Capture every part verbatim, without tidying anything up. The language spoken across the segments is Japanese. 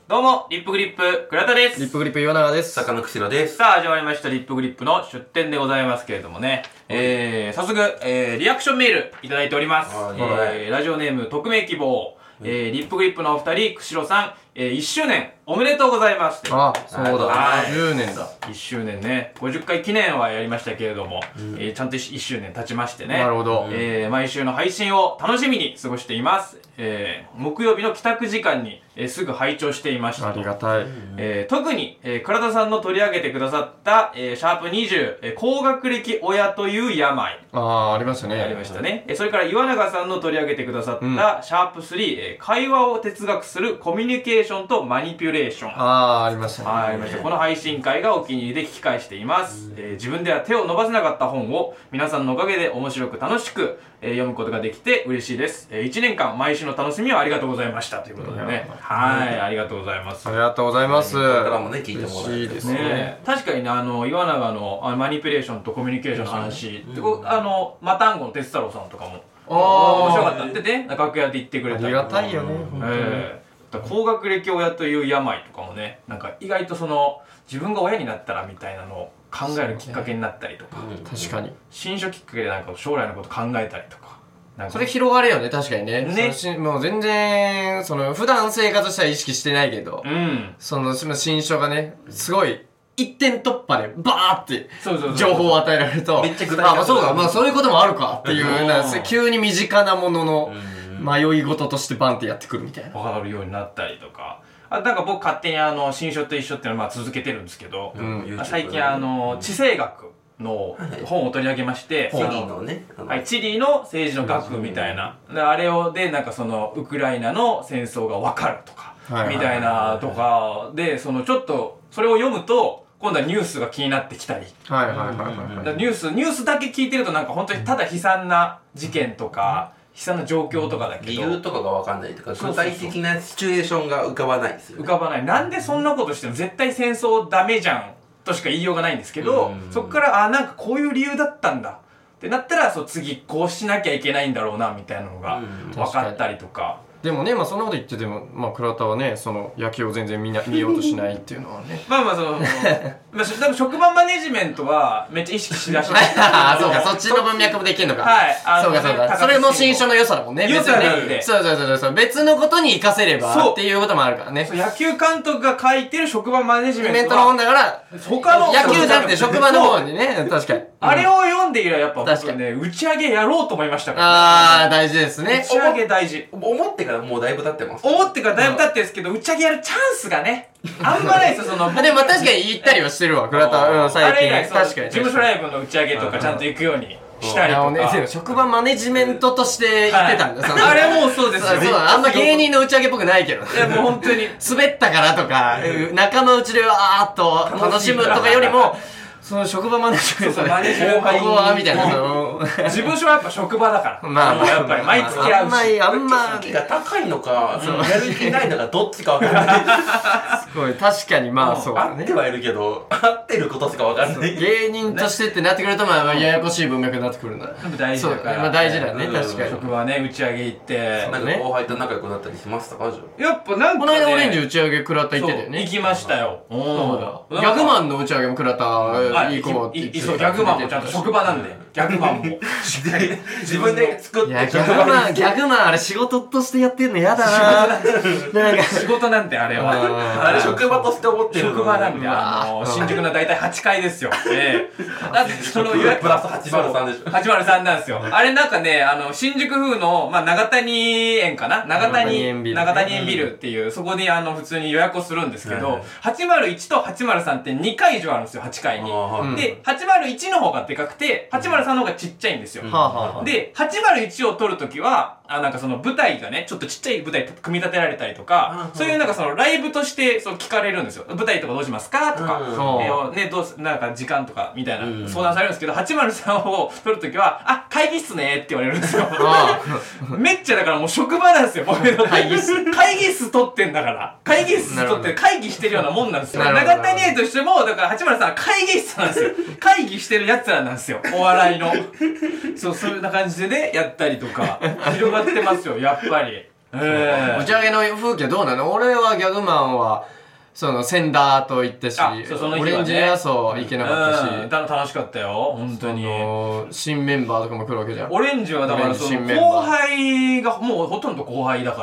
どうも、リップグリップ、倉田です。 リップグリップ岩永です。 坂野久です。 さあ、始まりました、リップグリップの出展でございますけれどもね。えー、早速、えー、リアクションメールいただいております。えー、ラジオネーム、匿名希望。えー、リップグリップのお二人、釧路さん、えー、いっしゅうねんおめでとうございます。 あ、そうだ。 はい。 じゅうねんだ。 いっしゅうねんね。ごじゅっかい記念はやりましたけれども、うん、えー、ちゃんといっしゅうねん経ちましてね。 なるほど。 えー、毎週の配信を楽しみに過ごしています。えー、木曜日の帰宅時間に、えー、すぐ拝聴していました。 ありがたい。 えー、特に、えー、倉田さんの取り上げてくださった、えー、シャープにじゅう、えー、高学歴親という病。 ああ、ありましたね。 ありましたね。えー、それから岩永さんの取り上げてくださった、うん、シャープスリー、えー、会話を哲学するコミュニケーションとマニピュレーション。 ああ、ありましたね。 はい、ありました。この配信会がお気に入りで聞き返しています。えー、自分では手を伸ばせなかった本を皆さんのおかげで面白く楽しく、えー、読むことができて嬉しいです。えー、いちねんかん毎週の楽しみをありがとうございましたということでね。はい、ありがとうございます。 ありがとうございます。 これからもね、聞いてもらえるですね。 確かにね、あの、岩永のあのマニピュレーションとコミュニケーションの話、うん、あの、マタンゴの哲太郎さんとかも、面白かったってね、楽屋で言ってくれたりありがたいよね、 本当に。えー高学歴親という病とかもね、なんか意外とその自分が親になったらみたいなのを考えるきっかけになったりとか、 ね、確かに新書きっかけでなんか将来のこと考えたりとか、 なんかそれ広がるよね、確かにね。ね、もう全然その普段生活したら意識してないけど、うん、その新書がね、すごい一点突破でバーって情報を与えられると、 めっちゃ具体的な、 あ、そうか、まあそういうこともあるかっていうな、急に身近なものの迷い事としてバンってやってくるみたいな。 わかるようになったりとか。あ、なんか僕勝手にあの、新書と一緒っていうのをまあ続けてるんですけど、うん、最近あの、地政学の本を取り上げまして、 チリのね、 はい、チリの政治の学みたいな。あれをで、なんかその、ウクライナの戦争がわかるとか、みたいなとかで、そのちょっと、それを読むと、今度はニュースが気になってきたり。 はいはいはいはい。 ニュース、ニュースだけ聞いてるとなんか本当にただ悲惨な事件とか、悲惨な状況とかだけど。 理由とかがわかんないとか、具体的なシチュエーションが浮かばないですよね。 浮かばない。なんでそんなことしても絶対戦争ダメじゃんとしか言いようがないんですけど、そっから、あ、なんかこういう理由だったんだってなったら、そう次こうしなきゃいけないんだろうな、みたいなのが分かったりとか。 でもね、まあそんなこと言ってても、まあ倉田はね、その野球を全然見な見ようとしないっていうのはね。 まあまあその、まあ、多分職場マネジメントはめっちゃ意識しだしてる。 ああ、そうか、そっちの文脈もできるのか。 はい。 あそうかそうか。それも新書の良さだもんね。 良さなんで。 そうそうそうそう。別のことに活かせればっていうこともあるからね。 野球監督が書いてる職場マネジメント。 メントの本だから、 他の。 野球じゃなくて職場の方にね、確かに。 あれを読んでいればやっぱ僕ね、打ち上げやろうと思いましたから。 ああ、大事ですね。 打ち上げ大事。 思ってからもうだいぶ経ってます。 思ってからだいぶ経ってるんですけど、打ち上げやるチャンスがね、あんまないですよ、その。 でも確かに言ったりはしてるわ、倉田。うん、最近。 確かに。事務所ライブの打ち上げとかちゃんと行くようにしたりとか。 職場マネジメントとして言ってたんだ、 あれもうそうですよ。 あんま芸人の打ち上げっぽくないけど。 いや、もう本当に。 滑ったからとか、仲間内でわーっと楽しむとかよりも、その職場マネジメントで、 マネジメントここはみたいな。 事務所はやっぱ職場だから。 まあ、 やっぱり毎月会うし。 あんま、 意識が高いのか、やる気ないのか、どっちかわからない。 すごい、確かにまあそうだね。 合ってはいるけど、合ってることしかわかんない。 芸人としてってなってくると、まあ、ややこしい文脈になってくるんだ。 大事だから。 まあ大事だね、確かに。 職場ね、打ち上げ行って。 なんか後輩と仲良くなったりしましたか、じゃあ。 やっぱなんか。 この間オレンジ打ち上げ食らった行ってたよね。 行きましたよ。 そうだ。ギャグマンの打ち上げも食らった、行こうって。 そう、ギャグマンもちゃんと職場なんで、ギャグマンも。 自分で作って。 いや、ギャグマン、ギャグマンあれ仕事としてやってんの嫌だな。 なんか仕事なんてあれは。 あれ職場として思ってる。 職場なんで、あの、新宿のだいたいはちかいですよ。ええ。だってその予約プラスはちまるさんでしょ。 はちまるさんなんですよ。あれなんかね、あの、新宿風の、まあ、長谷園かな長谷、長谷園ビルっていう、そこにあの、普通に予約をするんですけど、はちまるいちとはちまるさんってにかい以上あるんですよ、はちかいに。で、はちまるいちの方がでかくて、はちまるさんの方がちっちゃいんですよ。で、はちまるいちを撮るときは、あ、なんかその舞台がね、ちょっとちっちゃい舞台組み立てられたりとか、そういうなんかそのライブとしてそう聞かれるんですよ。舞台とかどうしますかとか、えー、ね、どうす、なんか時間とかみたいな相談されるんですけど、はちまるさんを撮るときは、あ、会議室ねって言われるんですよ。めっちゃだからもう職場なんですよ、僕の会議室。会議室撮ってんだから。会議室撮って会議してるようなもんなんですよ。長谷園としても、だからはちまるさんは会議室なんですよ。会議してる奴らなんですよ。お笑いの。そう、そういうな感じでね、やったりとか、広がってますよ、やっぱり。 打ち上げの風景どうなの？俺はギャグマンはそのセンダーと行ったし、オレンジエアソー行けなかったし、 うん、楽しかったよ本当に。 新メンバーとかも来るわけじゃん。 オレンジはだからその後輩がもうほとんど後輩だから、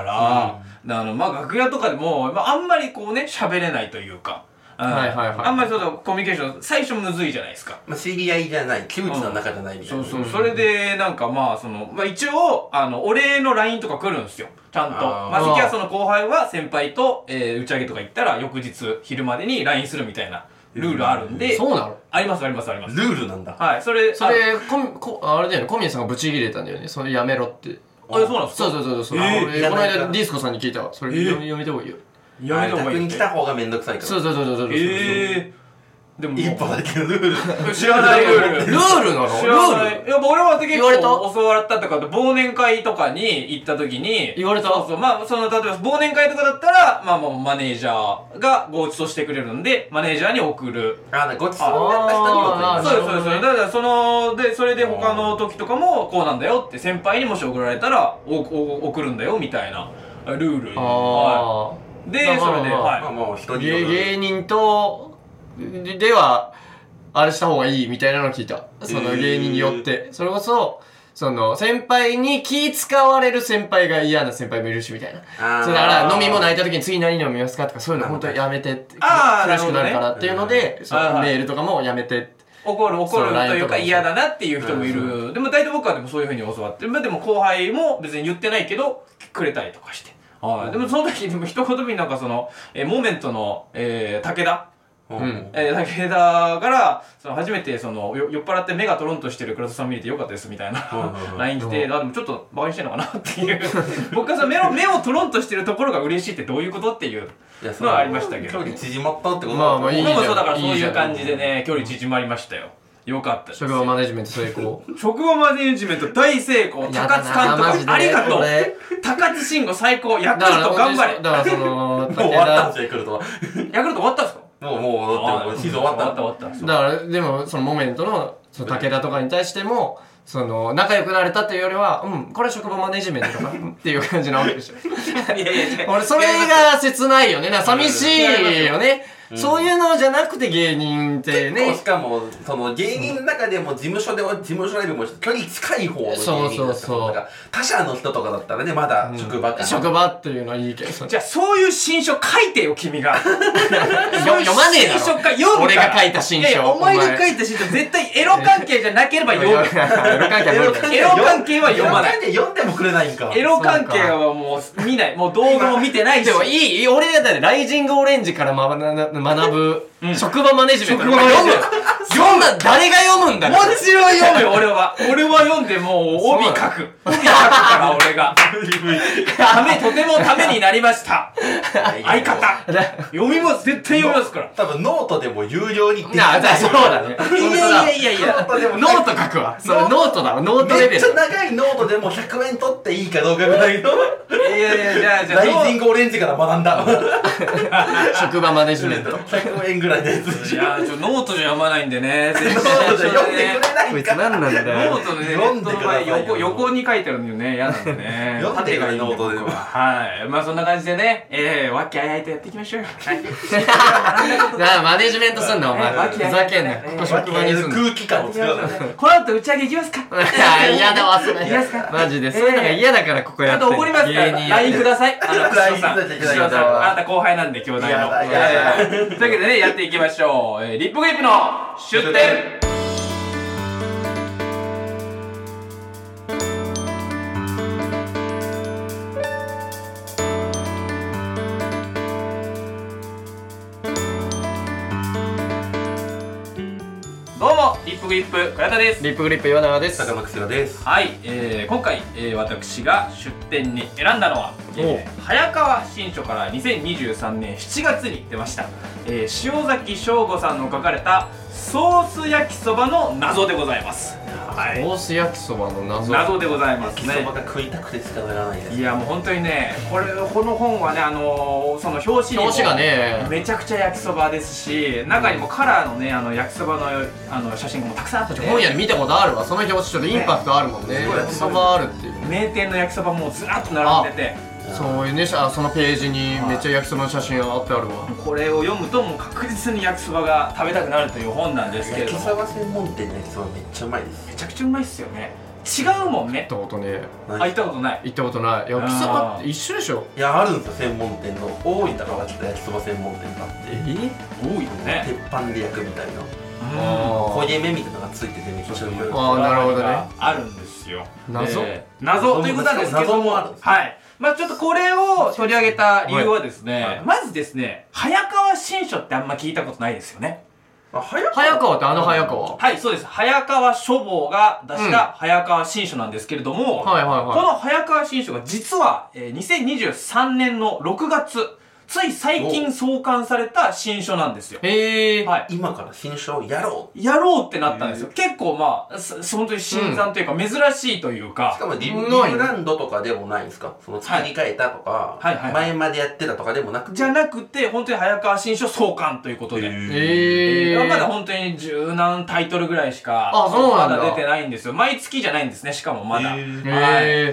うん、あのまあ楽屋とかでも、まあ、あんまりこうね喋れないというか。はいはいはい、あんまりそのコミュニケーション最初むずいじゃないですか。 まあ、知り合いじゃない窮地の中じゃないみたいな、 うん、そうそう、それでなんかまあその、まあ、一応あのお礼の ライン とか来るんですよちゃんと。まあ関はその後輩は先輩と、えー、打ち上げとか行ったら翌日昼までに ライン するみたいなルールあるんで。 そうなの？ ありますありますあります。 ルールなんだ。 はい。それそれここあれだよね、小宮さんがブチ切れたんだよね、それやめろって。 あれそうなんですか？ そうそうそうそう、えー、この間ディスコさんに聞いたわ、それ、えー、やめた方がいいよ。 やめた方がいい。 逆に来た方がめんどくさいから。 そうそうそうそうそう。 えーでも一歩だけのルール知らないルール。 ルールなの？ 知らない。いや俺は結構教わったとか忘年会とかに行った時に言われた。 そうそう、まあその例えば忘年会とかだったらまあもうマネージャーがごちそうしてくれるんでマネージャーに送る。 あ、ごちそうになった人に送る。 そうですそうです。だからそのでそれで他の時とかもこうなんだよって先輩にもし送られたらおお送るんだよみたいなルール。 ああ。でそれではい。 まあまあ人に芸人とではあれした方がいいみたいなのを聞いた。その芸人によって、それこそその先輩に気使われる先輩が嫌な先輩もいるしみたいな。そうだから飲み物空いた時に次何飲みますかとかそういうの本当にやめてって苦しくなるからっていうので、そのメールとかもやめてって。 怒る怒るというか嫌だなっていう人もいる。でも大体僕はでもそういう風に教わって、まあでも後輩も別に言ってないけどくれたりとかして。はい。でもその時でも一言目になんかそのえモーメントのえ武田。うん、えー、武田からその初めてその酔っ払って目がトロンとしてる倉田さん見れてよかったですみたいな ライン 来て、あでもちょっとバカにしてんのかなっていう僕はその目を目をトロンとしてるところが嬉しいってどういうことっていうのはありましたけど、 距離縮まったってことまあまあいいじゃん。 僕もそうだからそういう感じでね距離縮まりましたよ。よかったです。 職場マネジメント成功。 職場マネジメント大成功。高津監督ありがとう。高津慎吾最高。ヤクルト頑張れ。 だからそのもう終わったんですよヤクルトは。 ヤクルト終わったんですか？ もうもうだってシーズン終わった終わった終わった。 だからでもそのモメントのその武田とかに対してもその仲良くなれたっていうよりは、うんこれ職場マネジメントかなっていう感じなわけでしょ。いやいや俺それが切ないよね。な寂しいよね。そういうのじゃなくて芸人ってね。 結構しかもその芸人の中でも事務所でも事務所ライブも距離近い方の芸人そうそうそう。 他社の人とかだったらねまだ職場か、うん、 職場っていうのはいいけど。 じゃあそういう新書書いてよ君が。 読まねえだろ。新書か読む俺が書いた新書。いやお前が書いた新書絶対エロ関係じゃなければ読む。エロ関係エロ関係は読まない。 読んでもくれないんか。 エロ関係はもう見ない。もう動画も見てないし。 でもいい俺だってライジングオレンジから学ぶ。うん、職場マネジメント読む読んだ誰が読むんだもちろん読むよ俺は俺は読んでもう帯書く帯書くから俺がためとてもためになりました相方読みます絶対読みますから多分ノートでも有料になあそうだねいやいやいやいやノート書くわそれノートだわノートレベルめっちゃ長いノートでもひゃくえん取っていいかどうかぐらいのいやいやじゃあじゃあライジングオレンジから学んだ職場マネジメントひゃくえんぐらいのやついやちょノートじゃ読まないんでねノートじゃ読んでくれないこいつ何なんだよノートでね読んでください横横に書いてあるのよね嫌なんでね読んでくれノートではいまあそんな感じでねえーわきあいあいとやっていきましょうよはいなあマネジメントすんなお前ふざけんなここ職場にすんな空気感を作るこの後打ち上げ行きますか嫌だわそれマジでそういうのが嫌だからここやってあと怒りますから ライン くださいあのラインさんあなた後輩なんで兄弟のというわけでねやっていきましょうリップグリップの出店どうもリップグリップ倉田ですリップグリップ岩永です坂巻ですはい、えー、今回、えー、私が出店に選んだのは、えー、早川新書からにせんにじゅうさんねんしちがつに出ました、えー、塩崎翔吾さんの書かれたソース焼きそばの謎でございます。 はい、ソース焼きそばの謎謎でございますね。 焼きそばが食いたくてしかならないです。 いやもう本当にね、これこの本はね、あのー、その表紙に表紙がねめちゃくちゃ焼きそばですし、中にもカラーのねあの焼きそばのあの写真がもたくさんあって、 本屋で見たことあるわ。その表紙ちょっとインパクトあるもんね。焼きそばあるっていう。 名店の焼きそばもずらっと並んでて。 そういうね、あ、そのページにめっちゃ焼きそばの写真あってあるわ。 これを読むともう確実に焼きそばが食べたくなるという本なんですけれども、 焼きそば専門店の焼きそばめっちゃうまいです。 めちゃくちゃうまいっすよね。違うもんね。 行ったことね。 あ、行ったことない。 行ったことない。焼きそばって一緒でしょ。 いや、あるんですよ、専門店の。大分から来た焼きそば専門店があって。 え、 多いよね。 鉄板で焼くみたいな焦げ目みたいなのがついててめっちゃうまい。 ああ、なるほどね。 あるんですよ。 謎謎ということなんですけども、はい。まあちょっとこれを取り上げた理由はですね、まずですね、早川新書ってあんま聞いたことないですよね。 早川ってあの早川？ はい、そうです。早川書房が出した早川新書なんですけれども、この早川新書が実はにせんにじゅうさんねんのろくがつ、つい最近創刊された新書なんですよ。 へえ。はい。今から新書をやろうやろうってなったんですよ。結構まあ、本当に新参というか珍しいというか。 しかもリブランドとかでもないんですか？その作り変えたとか、前までやってたとかでもなくて。 じゃなくて、本当に早川新書創刊ということで。 へえ。 まだ本当に十何タイトルぐらいしか、まだ出てないんですよ。毎月じゃないんですね、しかもまだ。はい。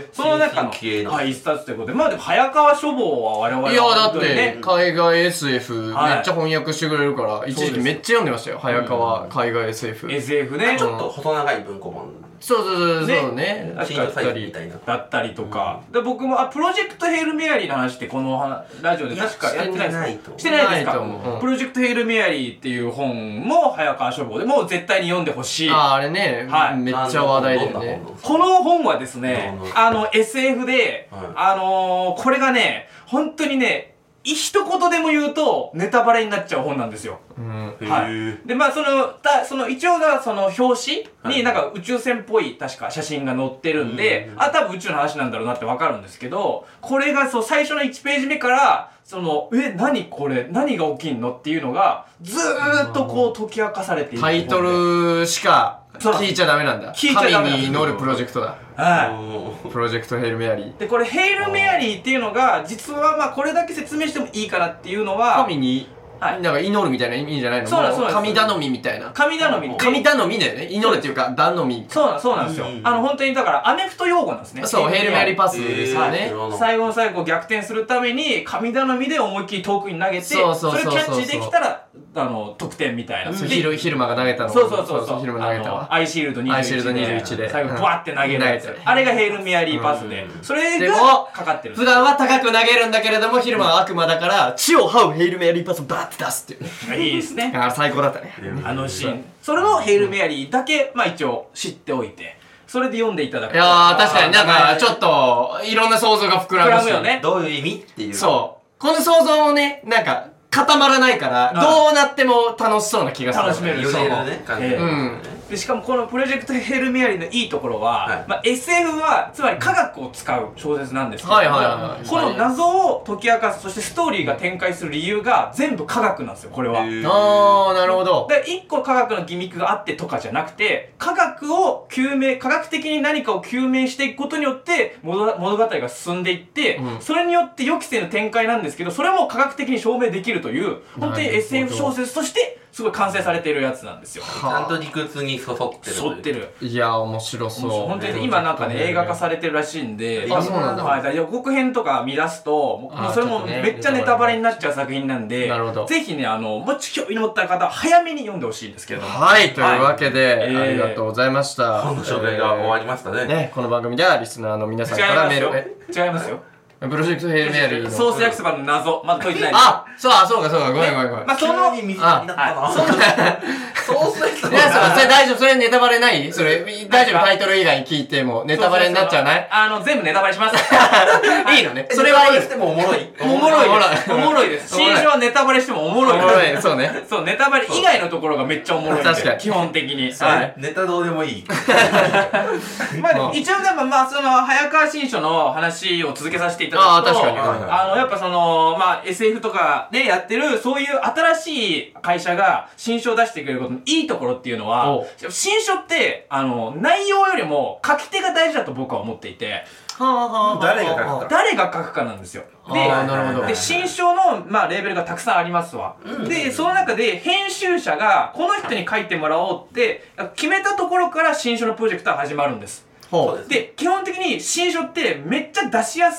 その中の、はい、一冊ということで。まあでも早川書房は我々は。 いや、だって、海外 エスエフ めっちゃ翻訳してくれるから、一時期めっちゃ読んでましたよ、早川海外 エスエフ。 エスエフ ね。 ちょっと細長い文庫本。 そうそうそうそうね。 新書サイズみたいな。 だったりとか。で、僕も、あ、プロジェクトヘイルメアリーの話ってこのラジオで確かやってないですか？してないですか？プロジェクトヘイルメアリーっていう本も早川書房でもう絶対に読んでほしい。 あ、あれね。はい。めっちゃ話題だよね。 この本はですね、あの エスエフ で、あのこれがね、本当にね、一言でも言うとネタバレになっちゃう本なんですよ。うん、はい。で、まあその、た、その一応がその表紙になんか宇宙船っぽい確か写真が載ってるんで、あ、多分宇宙の話なんだろうなってわかるんですけど、これがそう最初のいちページ目から、その、え、何これ何が起きんのっていうのが、ずーっとこう解き明かされている。 タイトルしか聞いちゃダメなんだ。聞いちゃダメ。神に乗るプロジェクトだ。はい。プロジェクトヘイルメアリー。 で、これヘイルメアリーっていうのが、実はまあこれだけ説明してもいいかなっていうのは、 神に、はい、なんか祈るみたいな意味じゃないの？ そうなんです。 神頼みみたいな。 神頼み。 神頼みだよね。祈るっていうか、頼み。 そうなん、そうなんですよ。あの、本当にだから、アメフト用語なんですね。 そう、ヘイルメアリーパスですよね。 最後の最後逆転するために、神頼みで思いっきり遠くに投げて、それキャッチできたら、あの、得点みたいな。 昼間が投げたの。 そうそうそう。 昼間投げたわ。 アイシールドにじゅういち。 アイシールドにじゅういちで。 最後、ブワって投げるやつ。あれがヘイルメアリーパスで、それがかかってる。 普段は高く投げるんだけれども、昼間は悪魔だから、血を這うヘイルメアリーパスをバーって出すっていうね。 いいですね。 あ、最高だったね。 あのシーン。それのヘイルメアリーだけ、まあ一応知っておいて、それで読んでいただくと。 いやー、確かになんか、ちょっと、いろんな想像が膨らむし。 膨らむよね。 どういう意味っていう。 そう。この想像もね、なんか、固まらないから、どうなっても楽しそうな気がする。 楽しめる。 そうね。 うん。で、しかもこのプロジェクトヘイルメアリーのいいところは、はい、まあ エスエフ は、つまり科学を使う小説なんですけど、はいはいはい、この謎を解き明かす、そしてストーリーが展開する理由が全部科学なんですよ、これは。 ああ、なるほど。 で、一個科学のギミックがあってとかじゃなくて、科学を究明、科学的に何かを究明していくことによって、物語が進んでいって、うん、それによって予期せぬ展開なんですけど、それも科学的に証明できるという、本当に エスエフ 小説として、すごい完成されているやつなんですよ。 ちゃんと理屈に沿ってる。 沿ってる。 いやー、面白そう。 本当に今なんかね、映画化されてるらしいんで、 あ、そうなんだ。 はい。予告編とか見出すと、もうそれもめっちゃネタバレになっちゃう作品なんで、 なるほど。 ぜひね、あの、もし興味の持った方は早めに読んでほしいんですけど。 はい、というわけで、ありがとうございました。 本の紹介が終わりましたね。 ね、この番組ではリスナーの皆さんからメール。 違いますよ。 プロジェクトヘイルメアリーのソース焼きそばの謎、まだ解いてないです。 あ、そう、そうか、そうか、ごめんごめんごめん。 まあ、その、 急に水になったな。ソース焼きそば。 いや、それ大丈夫、それネタバレないそれ、大丈夫、タイトル以外に聞いてもネタバレになっちゃわない？ あの、全部ネタバレします。 いいのね。それはいい。 してもおもろい。 おもろいです。おもろいです。新書はネタバレしてもおもろい。 おもろい、そうね。 そう、ネタバレ以外のところがめっちゃおもろい。 確かに。 基本的に。 はい。ネタどうでもいい。 まあ、一応、でもまあ、その、早川新書の話を続けさせていただくと。 ああ、確かに。 あの、やっぱその、まあ、エスエフ とかでやってる、そういう新しい会社が新書を出してくれることのいいところっていうのは、新書って、あの、内容よりも書き手が大事だと僕は思っていて、 誰が書くか。 誰が書くかなんですよ。で、で、新書の、まあ、レーベルがたくさんありますわ。で、その中で編集者が、この人に書いてもらおうって、決めたところから新書のプロジェクトは始まるんです。で、基本的に新書ってめっちゃ出しやすい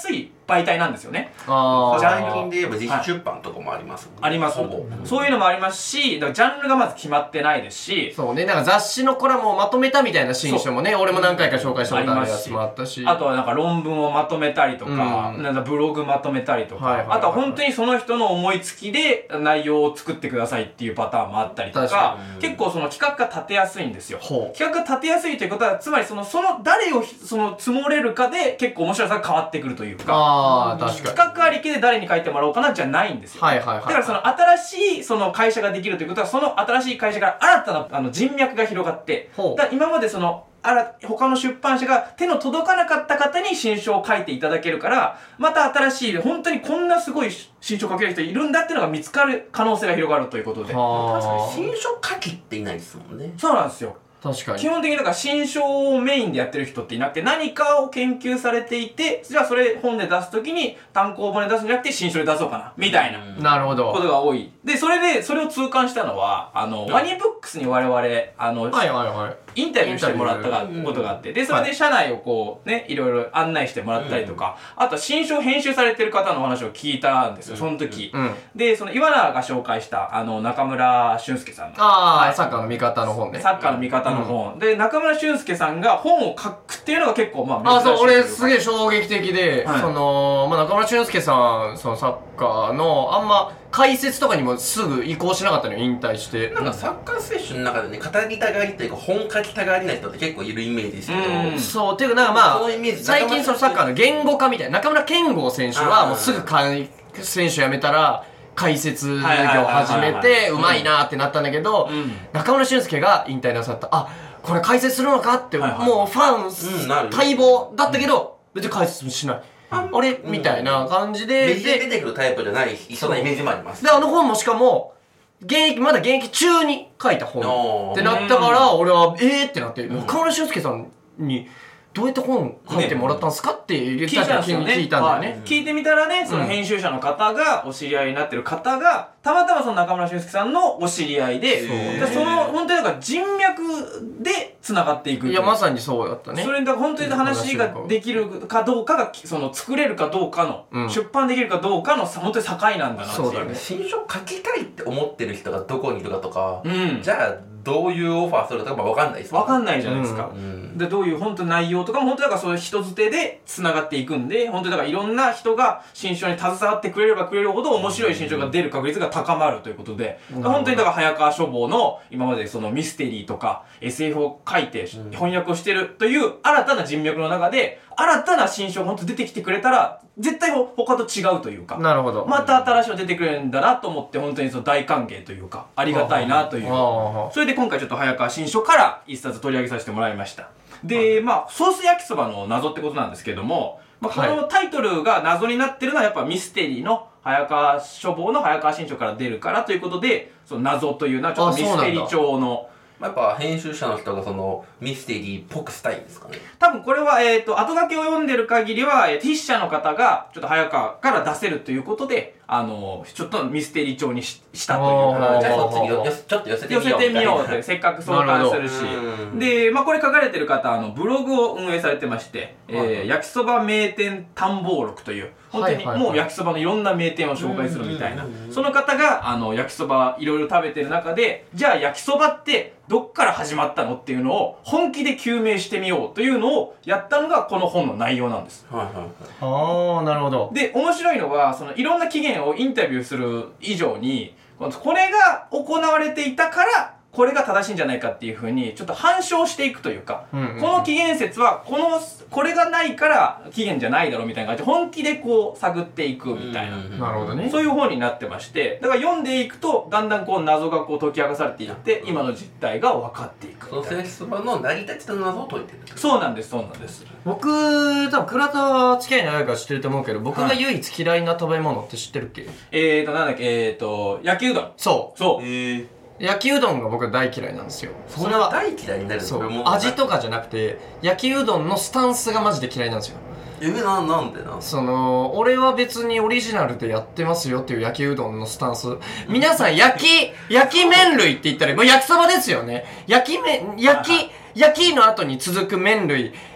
媒体なんですよね。 ああ。ジャンルで言えば自費出版とかもあります、 はい、あります。そういうのもありますし、だからジャンルがまず決まってないですし。 そうね、なんか雑誌のコラムをまとめたみたいな新書もね、俺も何回か紹介したことあるやつもあったし。 あとはなんか論文をまとめたりとか、うん、なんかブログまとめたりとか、はいはいはいはい、あとは本当にその人の思いつきで内容を作ってくださいっていうパターンもあったりとか、結構その企画が立てやすいんですよ。企画が立てやすいということは、つまりその、その誰をその積もれるかで結構面白さが変わってくるというか、 あ確かに企画ありきで誰に書いてもらおうかなじゃないんですよ。 はいはいはい。 だからその新しいその会社ができるということは、その新しい会社から新たなあの人脈が広がって、だから今までその、あら、他の出版社が手の届かなかった方に新書を書いていただけるから、また新しい、本当にこんなすごい新書を書ける人いるんだっていうのが見つかる可能性が広がるということで。 確かに新書書きっていないですもんね。 そうなんですよ。 確かに。 基本的にだから新書をメインでやってる人っていなくて、何かを研究されていて、じゃあそれ本で出すときに単行本で出すんじゃなくて新書で出そうかな、みたいな。 なるほど。 ことが多い。で、それで、それを痛感したのは、あの、ワニブックスに我々、あの、 はいはいはい。 インタビューしてもらったことがあって、で、それで社内をこう、ね、いろいろ案内してもらったりとか、あとは新書編集されてる方のお話を聞いたんですよ、その時。で、その岩永が紹介した、あの、中村俊介さんの。 ああ、サッカーの味方の本ね。 サッカーの味方の本。で、中村俊介さんが本を書くっていうのが結構、まあ、 あ、そう、俺すげえ衝撃的で、その、まあ、中村俊介さん、そのサッカーの、あんま、解説とかにもすぐ移行しなかったのよ、引退して。 なんかサッカー選手の中でね、語りたがりというか本書きたがりな人って結構いるイメージですけど。 そう、ていうかなんかまあ、最近そのサッカーの言語化みたいな、中村健吾選手はもうすぐ選手辞めたら、解説業始めて、うまいなーってなったんだけど、中村俊輔が引退なさった、あ、これ解説するのかって、もうファン、待望だったけど、別に解説もしない。あれみたいな感じで。 メディア出てくるタイプじゃない人のイメージもあります。 で、あの本もしかも、現役、まだ現役中に書いた本ってなったから、俺は、えーってなって、中村俊輔さんに、どうやって本書いてもらったんですかって言ったら聞いたんだよね。 聞いてみたらね、その編集者の方が、お知り合いになってる方が、たまたまその中村俊輔さんのお知り合いで、その、本当になんか人脈で繋がっていく。 いや、まさにそうだったね。 それで本当に話ができるかどうかが、その作れるかどうかの、出版できるかどうかの、本当に境なんだなっていう。 そうだね。新書書きたいって思ってる人がどこにいるかとか、じゃあ、どういうオファーするとかわかんないですわかんないじゃないですか。で、どういう本当内容とかも本当だからそういう人づてで繋がっていくんで、本当だからいろんな人が新書に携わってくれればくれるほど面白い新書が出る確率が高まるということで、本当にだから早川書房の今までそのミステリーとか エスエフ を書いて翻訳をしてるという新たな人脈の中で、新たな新書が本当出てきてくれたら、絶対他と違うというか、 なるほど。 また新しいの出てくれるんだなと思って、本当にその大歓迎というか、ありがたいなという。それで今回ちょっと早川新書から一冊取り上げさせてもらいました。で、まあ、ソース焼きそばの謎ってことなんですけども、まあ、このタイトルが謎になってるのはやっぱミステリーの早川書房の早川新書から出るからということで、その謎というのはちょっとミステリー調の、 やっぱ編集者の人がそのミステリーっぽくしたいんですかね。 多分これは、えっと、後書きを読んでる限りは、筆者の方がちょっと早川から出せるということで、あの、ちょっとミステリー調に し, したというか、 じゃあそっちによちょっと寄せてみよう。 寄せてみようって、せっかく相関するし。で、まあこれ書かれてる方、あの、ブログを運営されてまして、えー、焼きそば名店探訪録という、本当にもう焼きそばのいろんな名店を紹介するみたいな。その方が、あの、焼きそばいろいろ食べてる中で、じゃあ焼きそばってどっから始まったのっていうのを本気で究明してみようというのをやったのがこの本の内容なんです。 はいはいはい。 ああ、なるほど。 で、面白いのは、そのいろんな起源をインタビューする以上に、これが行われていたから、これが正しいんじゃないかっていうふうに、ちょっと反証していくというか、うんうんうん、この起源説は、この、これがないから起源じゃないだろうみたいな感じで、本気でこう探っていくみたいな。 なるほどね。 そういう本になってまして、だから読んでいくと、だんだんこう謎がこう解き明かされていって、今の実態が分かっていく。 その焼きそばの成り立ちの謎を解いてる。 そうなんです、そうなんです。 僕、多分倉田は付き合い長いから知ってると思うけど、僕が唯一嫌いな食べ物って知ってるっけ？ えーと、なんだっけ、えーと、焼きうどん。 そう。 そう。 へー。 焼きうどんが僕は大嫌いなんですよ。 それは大嫌いになるそう味とかじゃなくて焼きうどんのスタンスがマジで嫌いなんですよ。 えななんでなその俺は別にオリジナルでやってますよっていう焼きうどんのスタンス。皆さん焼き焼き麺類って言ったらもう焼きそばですよね。焼き麺焼き焼きの後に続く麺類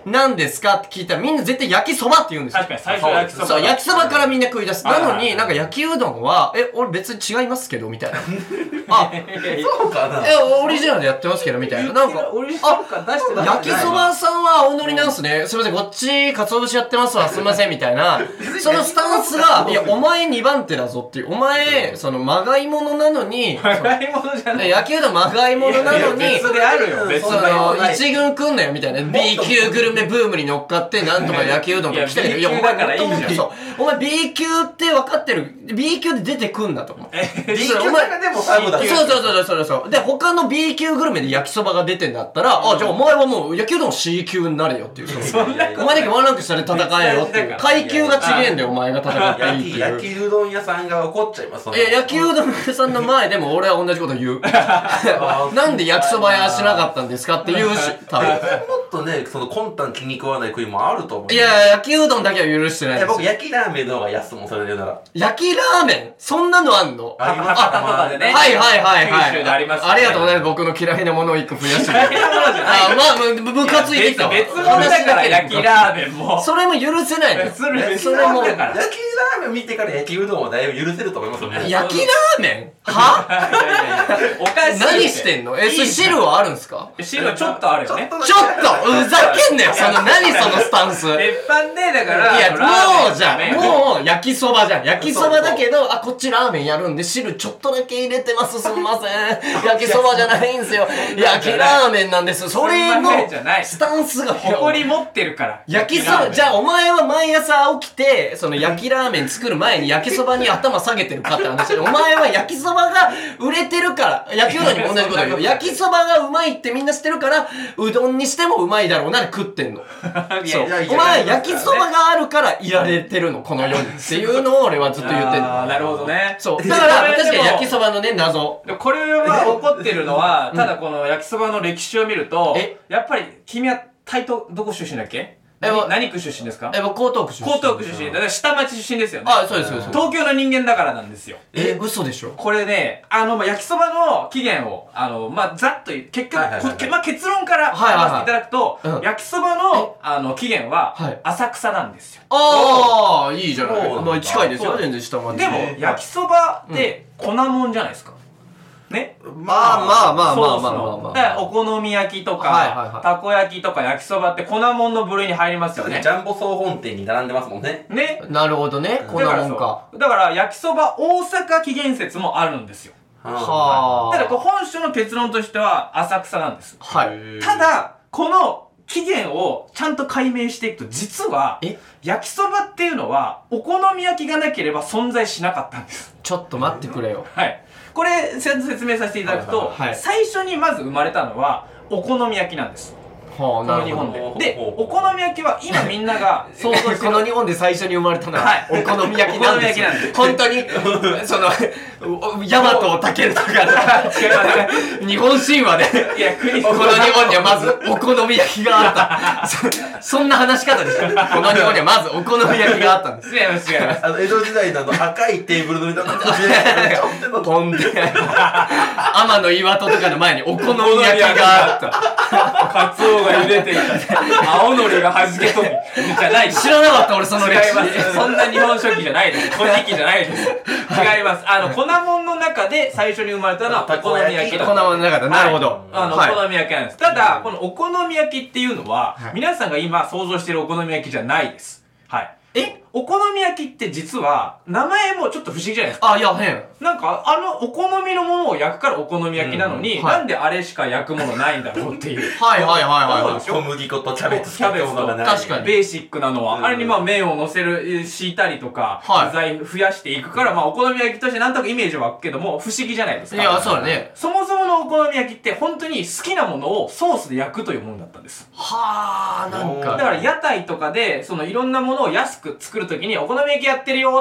何ですかって聞いたらみんな絶対焼きそばって言うんですよ。 確かに最初焼きそば。 そう、焼きそばからみんな食い出す。なのに、なんか焼きうどんは、え、俺別に違いますけど、みたいな。あ、 そうかな。 え、オリジナルでやってますけど、みたいな。なんか、 オリジナル感出してない。 焼きそばさんは青のりなんすね。すいません、こっち、鰹節やってますわ、すいません、みたいな。そのスタンスが、いや、お前にばん手だぞっていう。お前、その、まがいものなのに、 まがいものじゃない。 焼きうどんまがいものなのに、 別であるよ、別その、一軍くんなよ、みたいな。B 級グルメブームに乗っかって、なんとか焼きうどんとか来たけど、いや、お前だからいいじゃん。そう。お前 B 級って分かってる。B 級で出てくんなと思う。 B 級がでも最後だ。 そうそうそうそうそう。で、他の B 級グルメで焼きそばが出てんだったら、あ、じゃあお前はもう焼きうどん C 級になれよっていう。 そんなお前だけワンランク下で戦えよっていう。階級が違えんだよ、お前が戦っていいっていう。 焼きうどん屋さんが怒っちゃいます。 いや、焼きうどん屋さんの前でも俺は同じこと言う。なんで焼きそば屋しなかったんですかって言うし、多分。 もっとね、その魂胆気に食わない国もあると思う。 いや、焼きうどんだけは許してないです。 僕、焼きラーメンの方が安もん、それで言うなら。 焼きラーメンそんなのあんの？ あります。 博多とかでね。 はいはいはいはい。 九州であります。 ありがとうございます。僕の嫌いなものを一個増やして。 嫌いなものじゃない。 あ、まあ、ムカついてきたわ。 別物だから焼きラーメンも。 それも許せないの。 それそれも。焼きラーメン見てから焼きうどんはだいぶ許せると思いますよね。 焼きラーメンは？ おかしい。 何してんの？え、それ汁はあるんすか？ 汁はちょっとあるよね。 ちょっとふざけんなよ。その何そのスタンス。 鉄板でだから。 いや、もうじゃん。もう焼きそばじゃん。焼きそばだけど、あ、こっちラーメンやるんで汁ちょっとだけ入れてます。すみません。焼きそばじゃないんすよ。焼きラーメンなんです。それのスタンスが誇り持ってるから。 焼きそば、じゃあお前は毎朝起きて、その焼きラーメン作る前に焼きそばに頭下げてるかって話で、お前は焼きそばが売れてるから、焼きうどんにも同じこと言う。焼きそばがうまいってみんな知ってるから、うどんにしてもうまいだろうなで食ってんの。そう。お前は焼きそばがあるからいられてるの、この世に。っていうのを俺はずっと言ってんの。 ああ、なるほどね。 そう。だから、確かに焼きそばのね、謎。 これは起こってるのは、ただこの焼きそばの歴史を見ると、やっぱり君は台東、どこ出身だっけ？何区出身ですか？ え、僕、江東区出身。 江東区出身。だから下町出身ですよね。 あ、そうです、そうです。 東京の人間だからなんですよ。 え、嘘でしょ？ これね、あの、ま、焼きそばの起源を、あの、ま、ざっと、結局、ま、結論から話していただくと、焼きそばの、あの、起源は、浅草なんですよ。 ああ、いいじゃない。まあ、近いですよ、全然下町。 でも、焼きそばって粉もんじゃないですか。ね。 まあまあまあまあまあまあまあ。 だからお好み焼きとか、たこ焼きとか焼きそばって粉もんの部類に入りますよね。 ジャンボ総本店に並んでますもんね。 ね。 なるほどね。粉もんか。 だから焼きそば大阪起源説もあるんですよ。はあ。ただ本書の結論としては浅草なんです。 はい。 ただ、この起源をちゃんと解明していくと、実は、焼きそばっていうのは、お好み焼きがなければ存在しなかったんです。 ちょっと待ってくれよ。 はい。これ、ちゃんと説明させていただくと、最初にまず生まれたのは、お好み焼きなんです。この日本で。で、お好み焼きは今みんなが想像してる。この日本で最初に生まれたのは、お好み焼きなんです。本当に、その、ヤマトタケルとか、日本神話で、この日本にはまずお好み焼きがあった。そんな話し方ですよ。この日本にはまずお好み焼きがあったんです。 違います、違います。 あの、江戸時代のあの赤いテーブルの上で、 飛んで、天の岩戸とかの前にお好み焼きがあった。 カツオが茹でていた。青のりが弾け飛び。じゃない。 知らなかった俺その歴史。 違います。そんな日本書紀じゃないです。古事記じゃないです。違います。あの、粉もんの中で最初に生まれたのはお好み焼き。 粉もんの中で、なるほど。 あの、お好み焼きなんです。ただ、このお好み焼きっていうのは、皆さんが今想像しているお好み焼きじゃないです。はい。えお好み焼きって実は、名前もちょっと不思議じゃないですか。 あ、いや、変。 なんか、あの、お好みのものを焼くからお好み焼きなのに、うんはい、なんであれしか焼くものないんだろうっていう。 はいはいはいはい。 小麦粉とキャベツキャベツとか確かに。ベーシックなのは、うん、あれにまあ麺を乗せる、敷いたりとか、はい、具材増やしていくから、まあお好み焼きとしてなんとなくイメージは湧くけども、不思議じゃないですか。 いや、そうだね。 そもそものお好み焼きって本当に好きなものをソースで焼くというものだったんです。 はあ、なんか。 だから屋台とかで、そのいろんなものを安く作るときに、お好み焼きやってるよって言っ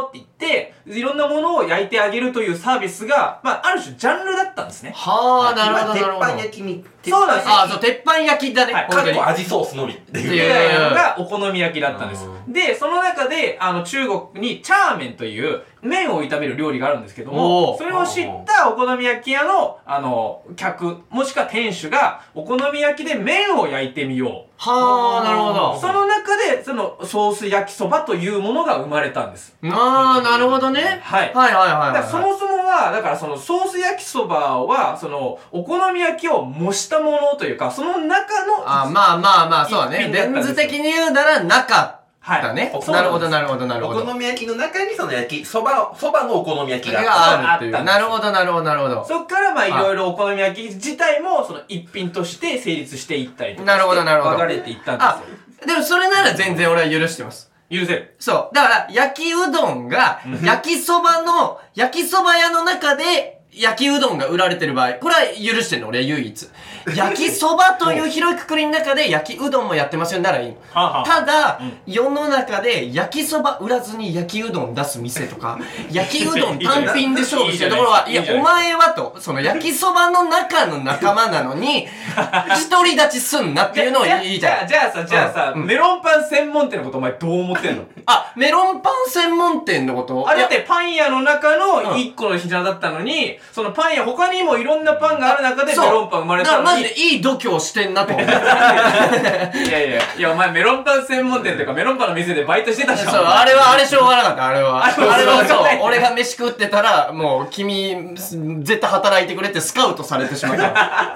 て、いろんなものを焼いてあげるというサービスが、まあ、ある種ジャンルだったんですね。 はあ、なるほど、なるほど。 鉄板焼きに、 そうなんですよ。あ、そう、鉄板焼きだね。 はい、かっこ味ソースのみっていう。 ぐらいのがお好み焼きだったんです。で、その中で、あの、中国にチャーメンという麺を炒める料理があるんですけども、それを知ったお好み焼き屋の、あの、客、もしくは店主が、お好み焼きで麺を焼いてみよう。 はあ、なるほど。 その中で、その、ソース焼きそばというものが生まれたんです。 ああ、なるほどね。 はい。 はいはいはい。 だからそもそもは、だからその、ソース焼きそばは、その、お好み焼きを模したものというか、その中の、 あ、まあまあまあ、そうだね。レンズ的に言うなら中。はい。だね。なるほど、なるほど、なるほど。 お好み焼きの中にその焼き、そば、そばのお好み焼きがあるっていう。なるほど、なるほど、なるほど。 そっからまあいろいろお好み焼き自体もその一品として成立していったりとか。 なるほど、なるほど。 分かれていったんですよ。 あ、でもそれなら全然俺は許してます。 許せる。 そう。だから、焼きうどんが、焼きそばの、焼きそば屋の中で、焼きうどんが売られてる場合、これは許してんの俺唯一。焼きそばという広いくくりの中で焼きうどんもやってますよならいいの。ただ、うん、世の中で焼きそば売らずに焼きうどん出す店とか、焼きうどん単品で勝負してるところは、いや、お前はと、その焼きそばの中の仲間なのに、独り立ちすんなっていうのを言いたい。 じゃあさ、じゃあさ、うん、メロンパン専門店のことお前どう思ってんの？ あ、メロンパン専門店のことあ、だってパン屋の中の一個の品だったのに、そのパン屋他にもいろんなパンがある中でメロンパン生まれたのに。 マジでいい度胸してんなと思って。いやいや、いやお前メロンパン専門店っていうかメロンパンの店でバイトしてたじゃん。 そう、あれはあれしょうがなかった、あれは。あれはそう、俺が飯食ってたら、もう君、絶対働いてくれってスカウトされてしまった。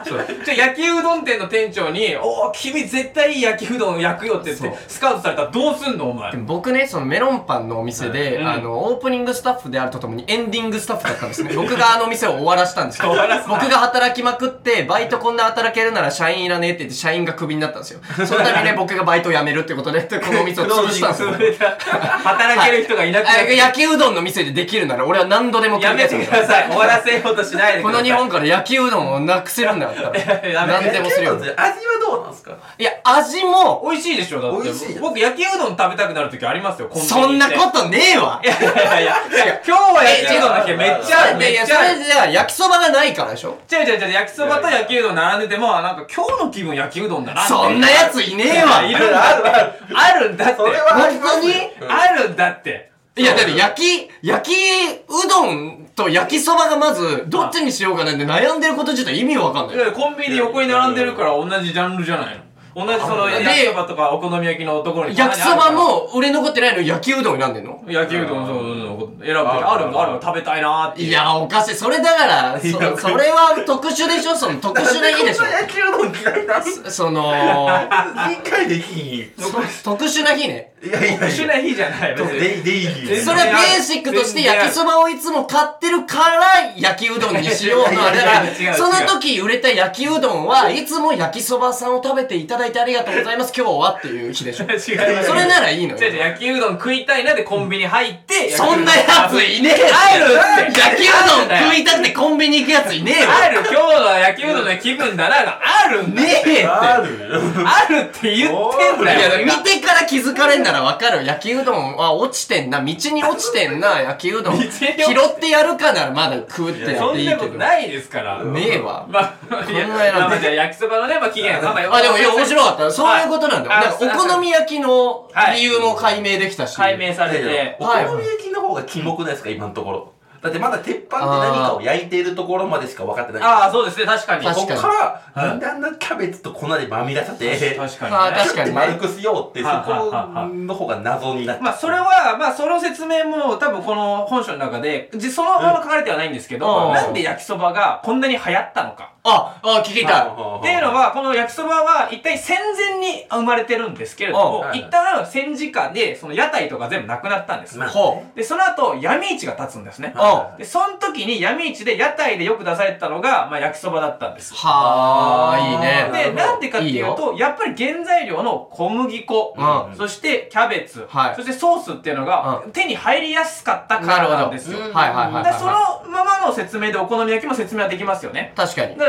そう。じゃ焼きうどん店の店長に、おー、君絶対いい焼きうどんを焼くよって言って、スカウトされたらどうすんのお前。 僕ね、そのメロンパンのお店で、うん、あの、オープニングスタッフであるとともにエンディングスタッフだったんですね。僕があの店を終わらしたんですよ。僕が働きまくって、バイトこんな働けるなら社員いらねえって言って、社員がクビになったんですよ。そのためにね、僕がバイトを辞めるってことで、このお店を潰したんですよ。 働ける人がいなくなって。 焼きうどんの店でできるなら、俺は何度でもやめてください。終わらせようとしないでください。 この日本から焼きうどんをなくせるんだったら。何でもするよ。 味はどうなんですか？ いや、味も、 美味しいでしょ、だって。僕、焼きうどん食べたくなるときありますよ、 そんなことねえわ。 いやいやいや、今日は焼きうどんだけめっちゃ、 めっちゃ。いや、それじゃ焼きそばがないからでしょ？ 違う違う違う、焼きそばと焼きうどん並んでても、なんか今日の気分焼きうどんだなって。 そんなやついねえわ。 いるんだ。あるある。あるんだって。 それは本当にあるんだって。 いや、だって焼き、焼きうどんと焼きそばがまず、どっちにしようかなんて悩んでること自体意味わかんない。 いや、コンビニで横に並んでるから同じジャンルじゃないの。同じその焼きそばとかお好み焼きのところに焼きそばも売れ残ってないの焼きうどん選んでんの？ 焼きうどんそう選ぶあるある食べたいなーって。 いやおかしい。それだからそれは特殊でしょ。その特殊な日でしょ。 焼きうどん嫌いなその理解できん。 特殊な日ね。 いやいや特殊な日じゃない。 デイデイリー。 それはベーシックとして焼きそばをいつも買ってるから焼きうどんにしようのあれだから、その時売れた焼きうどんはいつも焼きそばさんを食べていただいてありがとうございます今日はっていう日でしょ。違う。それならいいのよ。 違う違う、焼きうどん食いたいなでコンビニ入って、 そんなやついねえ。 あるって。 焼きうどん食いたくてコンビニ行くやついねえわ。 ある。今日の焼きうどんの気分だながあるんだ。 ねえって。 ある。 あるって言ってんだよ。 いや、見てから気づかれんならわかる。焼きうどんは落ちてんな。道に落ちてんな。焼きうどん。拾ってやるかならまだ食うってやっていいけど。 そんなことないですから。 ねえわ。 まあ、考えられない。焼きそばのね、まあ期限が。 あ、でもいや、面白かった。そういうことなんだよ。お好み焼きの理由も解明できたし。 解明されて。 お好み焼きの方がキモくないですか今のところ。だってまだ鉄板で何かを焼いているところまでしか分かってない。 ああ、そうですね、確かに。 ここから、なんであんなキャベツと粉でまみ出さて、 確かに。 ああ、確かに。 丸くしようって、そこの方が謎になって。 まあ、それは、まあ、その説明も多分この本書の中で、そのまま書かれてはないんですけど、なんで焼きそばがこんなに流行ったのか。 あ、あ、聞きたい。 っていうのは、この焼きそばは一体戦前に生まれてるんですけれども、一旦戦時下で、その屋台とか全部なくなったんです。で、その後、闇市が立つんですね。で、その時に闇市で屋台でよく出されてたのが、まあ、焼きそばだったんです。 はあ、いいね。 で、なんでかっていうと、やっぱり原材料の小麦粉、そしてキャベツ、そしてソースっていうのが手に入りやすかったからなんですよ。 はいはいはい。 そのままの説明でお好み焼きも説明はできますよね。 確かに。 だから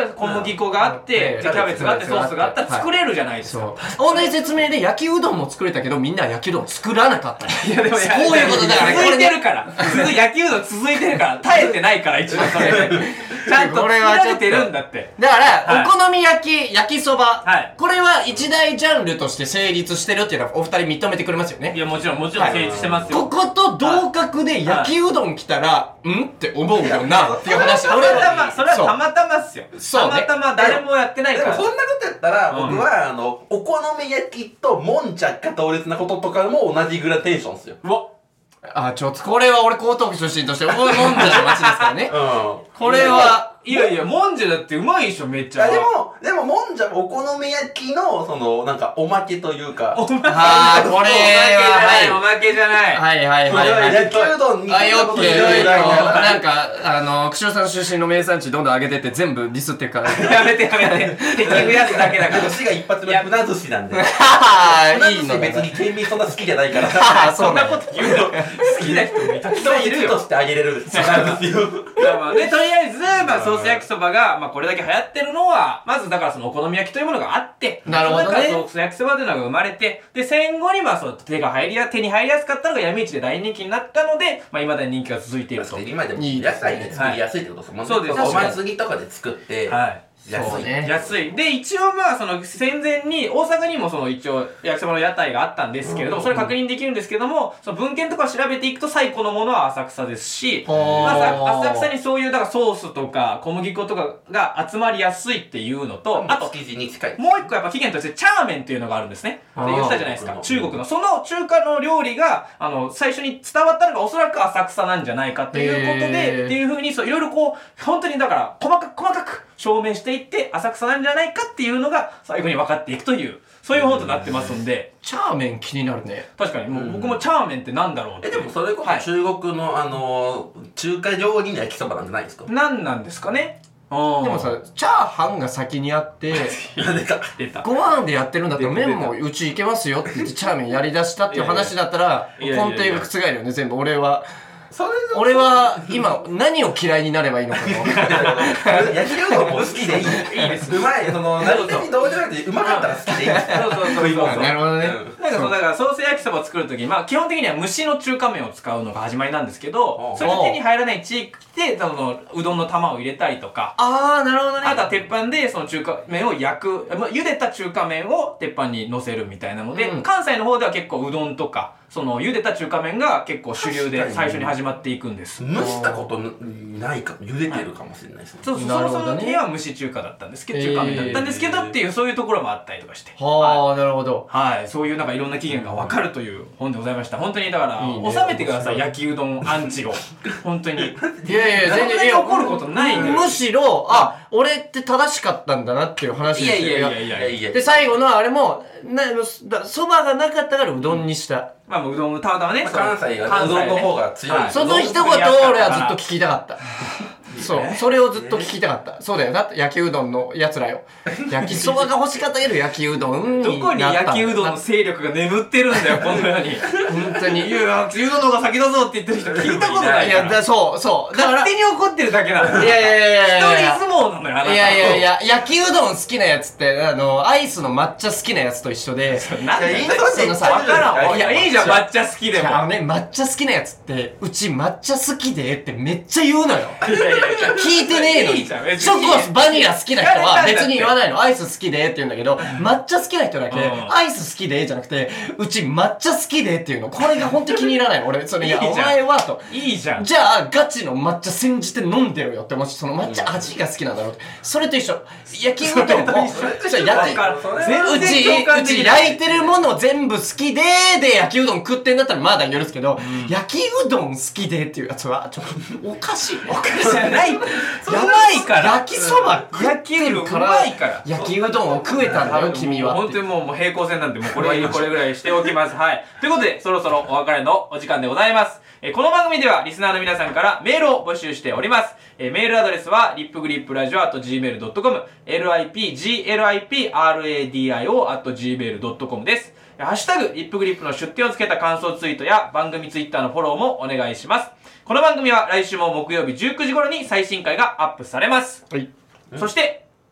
小麦粉があって、キャベツがあって、ソースがあったら作れるじゃないですか。 同じ説明で焼きうどんも作れたけど、みんな焼きうどん作らなかった。 いやでもこういうことだから、続いてるから。焼きうどん続いてるから、耐えてないから、一応それで。ちゃんと作られてるんだって。 だから、お好み焼き、焼きそば。これは一大ジャンルとして成立してるっていうのはお二人認めてくれますよね。 いや、もちろん、もちろん成立してますよ。 ここと同格で焼きうどん来たら、んって思うよな、っていう話。 たまたま、それはたまたまっすよ。たまたま誰もやってないから。 でもそんなことやったら、僕は、あの、お好み焼きともんじゃが同列なこととかも同じグラテーションっすよ。 うわあ、ちょっと、これは俺江東区出身として、もんじゃの街ですからね。うん。これは、 いやいや、もんじゃだってうまいでしょ、めっちゃ。 でも、でも、もんじゃお好み焼きの、その、なんか、おまけというか。 おまけあー、これは、 おまけじゃない。 はいはいはいはい。 焼きうどんに。 あ、よく、なんか、あの、串尾さん出身の名産地どんどん上げてって全部ディスってるから。 やめてやめて。敵増やすだけだから。 年が一発目、船寿司なんで。 はい、いいの。 別に県民そんな好きじゃないから。 そんなこと言うの。好きな人めちゃくちゃいるよ。 としてあげれるんですよ。 で、とりあえず、まあ、ソース焼きそばが、まあ、これだけ流行ってるのは、まずだからそのお好み焼きというものがあって、 なるほどね。 だからソース焼きそばというのが生まれて、で、戦後にまあ、そう手が入りや、手に入りやすかったのが闇市で大人気になったので、まあ、未だに人気が続いていると。 今でも野菜で作りやすいってことですもんね。 そうです。 お祭りとかで作って、はい。安いね。 安い。で、一応まあ、その戦前に、大阪にもその一応、焼きそばの屋台があったんですけれども、それ確認できるんですけども、その文献とかを調べていくと最古のものは浅草ですし、まあ、浅草にそういう、だからソースとか小麦粉とかが集まりやすいっていうのと、あと、もう一個やっぱ起源としてチャーメンっていうのがあるんですね。って言ったじゃないですか。中国の。その中華の料理が、あの、最初に伝わったのがおそらく浅草なんじゃないかっていうことで、っていうふうに、そう、いろいろこう、本当にだから、細かく、細かく、証明していって浅草なんじゃないかっていうのが最後に分かっていくというそういう本となってますんで。 チャーメン気になるね。 確かにもう僕もチャーメンってなんだろうって。 えでもそれこそ中国の、はい、あの中華料理の焼きそばなんじゃないですか。 なんなんですかね。 でもさチャーハンが先にあって出たご飯でやってるんだったら麺もうちいけますよって言ってチャーメンやりだしたっていう話だったら根底が覆るよね全部。俺は俺は今何を嫌いになればいいのかな。 焼きうどんも好きでいい。いいです。うまい。その何にどうでもなくてうまかったら好きでいい。そうそうそうそう。 なるほどね。 なんかそうだからソース焼きそばを作るとき、まあ基本的には蒸しの中華麺を使うのが始まりなんですけど、それが手に入らない地域でそのうどんの玉を入れたりとか、 ああなるほどね。 あとは鉄板でその中華麺を焼く、茹でた中華麺を鉄板に乗せるみたいなので、関西の方では結構うどんとか。その茹でた中華麺が結構主流で最初に始まっていくんです。 蒸したことないかも。茹でてるかもしれないですね。 そうそう、そもそもには蒸し中華だったんですけど、中華麺だったんですけどっていうそういうところもあったりとかして。 はあ、なるほど。 はい、そういうなんかいろんな起源がわかるという本でございました。本当にだから収めてください焼きうどんアンチを。本当に。いやいや全然怒ることないんだよ。 むしろあ俺って正しかったんだなっていう話ですよ。 いやいやいやいや。 で最後のあれもなそばがなかったからうどんにした。 まあ、うどん、たまたまね。 関西はうどんの方が強い。 その一言を俺はずっと聞きたかった。そう。それをずっと聞きたかった。そうだよ。だって焼きうどんの奴らよ。焼きそばが欲しかったけど焼きうどんにどこに焼きうどんの勢力が眠ってるんだよ、この世に。本当に。いや、焼きうどんの方が先だぞって言ってる人聞いたことない。 いや、そう、そう。 だから。勝手に怒ってるだけなの。 いやいやいやいや。 一人相撲なのよ、あなた。 いやいやいや、焼きうどん好きなやつって、あの、アイスの抹茶好きなやつと一緒で。 なんでそのさ、わからん。いや、いいじゃん、抹茶好きでも。 あのね、抹茶好きなやつって、うち抹茶好きでってめっちゃ言うのよ。 いやいやいや。 聞いてねえのに。チョコ、バニラ好きな人は別に言わないの。アイス好きでって言うんだけど、抹茶好きな人だけ、アイス好きでじゃなくて、うち抹茶好きでっていうの。これが本当に気に入らないの。俺、それ、いや、お前はと。 いいじゃん。 じゃあ、ガチの抹茶煎じて飲んでるよって思うし、その抹茶味が好きなんだろうって。それと一緒。焼きうどんも、そう、焼き、うち、うち焼いてるもの全部好きでで焼きうどん食ってんだったらまだ許すけど、焼きうどん好きでっていうやつは、ちょっと、おかしい。 おかしいじゃない。やばいから。 焼きそば食ってるから、焼きうどんを食えたんだよ、君は。 本当にもう、もう平行線なんで、もうこれはこれぐらいしておきます。はい。ということで、そろそろお別れのお時間でございます。えー、この番組ではリスナーの皆さんからメールを募集しております。えー、メールアドレスは、リップグリップラジオ アットジーメールドットコム、リップグリップラジオ アットジーメールドットコム です。ハッシュタグ、リップグリップの出典をつけた感想ツイートや番組ツイッターのフォローもお願いします。この番組は来週も木曜日じゅうくじ頃に最新回がアップされます。はい。そして、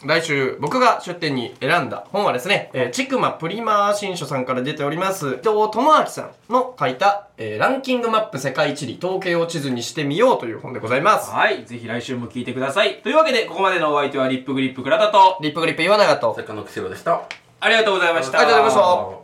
来週僕が出展に選んだ本はですね、えー、ちくまプリマー新書さんから出ております伊藤智明さんの書いた、えー、ランキングマップ世界地理統計を地図にしてみようという本でございます。 はい、ぜひ来週も聞いてください。というわけでここまでのお相手はリップグリップ倉田とリップグリップ岩永と坂野久代でした。 ありがとうございました。 ありがとうございました。